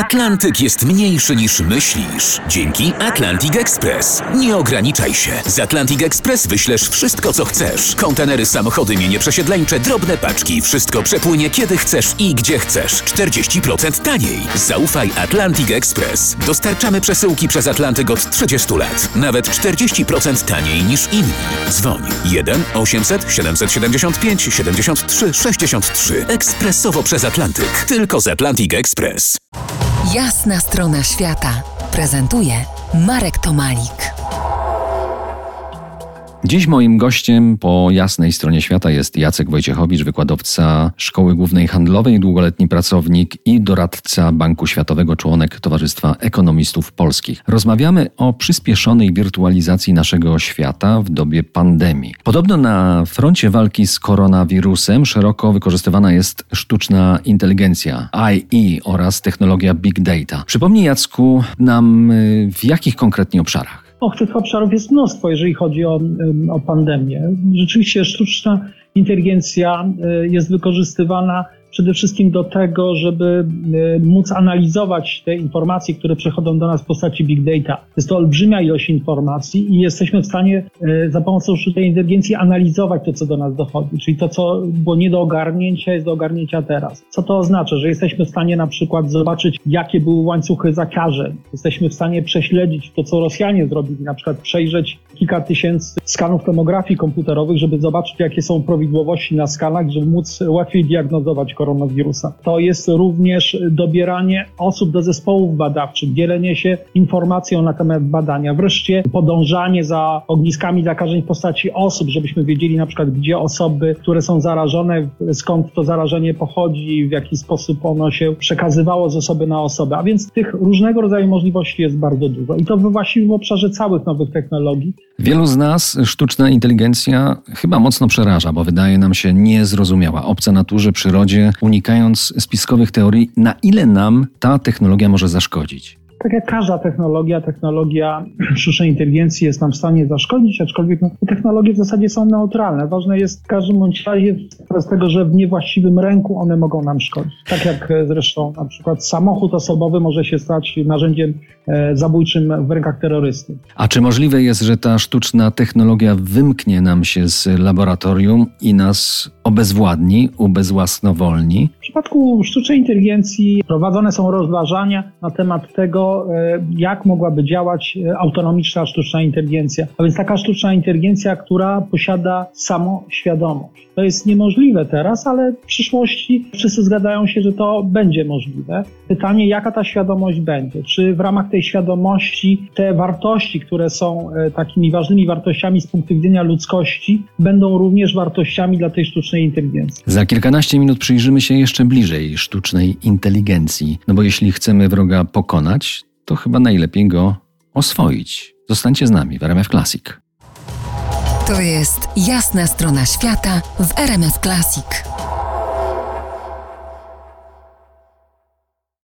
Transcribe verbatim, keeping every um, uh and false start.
Atlantyk jest mniejszy niż myślisz. Dzięki Atlantic Express. Nie ograniczaj się. Z Atlantic Express wyślesz wszystko, co chcesz. Kontenery, samochody, mienie przesiedleńcze, drobne paczki. Wszystko przepłynie kiedy chcesz i gdzie chcesz. czterdzieści procent taniej. Zaufaj Atlantic Express. Dostarczamy przesyłki przez Atlantyk od trzydziestu lat. Nawet czterdzieści procent taniej niż inni. Dzwoń jeden osiemset siedemset siedemdziesiąt pięć siedemdziesiąt trzy sześćdziesiąt trzy. Ekspresowo przez Atlantyk. Tylko z Atlantic Express. Jasna strona świata prezentuje Marek Tomalik. Dziś moim gościem po jasnej stronie świata jest Jacek Wojciechowicz, wykładowca Szkoły Głównej Handlowej, długoletni pracownik i doradca Banku Światowego, członek Towarzystwa Ekonomistów Polskich. Rozmawiamy o przyspieszonej wirtualizacji naszego świata w dobie pandemii. Podobno na froncie walki z koronawirusem szeroko wykorzystywana jest sztuczna inteligencja, I E oraz technologia Big Data. Przypomnij, Jacku, nam w jakich konkretnie obszarach? Och, tych obszarów jest mnóstwo, jeżeli chodzi o, o pandemię. Rzeczywiście sztuczna inteligencja jest wykorzystywana przede wszystkim do tego, żeby móc analizować te informacje, które przychodzą do nas w postaci big data. Jest to olbrzymia ilość informacji i jesteśmy w stanie za pomocą sztucznej inteligencji analizować to, co do nas dochodzi. Czyli to, co było nie do ogarnięcia, jest do ogarnięcia teraz. Co to oznacza? Że jesteśmy w stanie na przykład zobaczyć, jakie były łańcuchy zakażeń. Jesteśmy w stanie prześledzić to, co Rosjanie zrobili, na przykład przejrzeć kilka tysięcy skanów tomografii komputerowych, żeby zobaczyć, jakie są prawidłowości na skanach, żeby móc łatwiej diagnozować koronawirusa. To jest również dobieranie osób do zespołów badawczych, dzielenie się informacją na temat badania, wreszcie podążanie za ogniskami zakażeń w postaci osób, żebyśmy wiedzieli na przykład, gdzie osoby, które są zarażone, skąd to zarażenie pochodzi, w jaki sposób ono się przekazywało z osoby na osobę. A więc tych różnego rodzaju możliwości jest bardzo dużo i to we właściwym obszarze całych nowych technologii. Wielu z nas sztuczna inteligencja chyba mocno przeraża, bo wydaje nam się niezrozumiała, obca naturze, przyrodzie, unikając spiskowych teorii, na ile nam ta technologia może zaszkodzić. Tak jak każda technologia, technologia sztucznej inteligencji jest nam w stanie zaszkodzić, aczkolwiek no, te technologie w zasadzie są neutralne. Ważne jest w każdym bądź razie z tego, że w niewłaściwym ręku one mogą nam szkodzić. Tak jak zresztą na przykład samochód osobowy może się stać narzędziem e, zabójczym w rękach terrorystów. A czy możliwe jest, że ta sztuczna technologia wymknie nam się z laboratorium i nas obezwładni, ubezwłasnowolni? W przypadku sztucznej inteligencji prowadzone są rozważania na temat tego, jak mogłaby działać autonomiczna sztuczna inteligencja. A więc taka sztuczna inteligencja, która posiada samoświadomość. To jest niemożliwe teraz, ale w przyszłości wszyscy zgadzają się, że to będzie możliwe. Pytanie, jaka ta świadomość będzie? Czy w ramach tej świadomości te wartości, które są takimi ważnymi wartościami z punktu widzenia ludzkości, będą również wartościami dla tej sztucznej inteligencji? Za kilkanaście minut przyjrzymy się jeszcze bliżej sztucznej inteligencji. No bo jeśli chcemy wroga pokonać, to chyba najlepiej go oswoić. Zostańcie z nami w R M F Classic. To jest jasna strona świata w R M F Classic.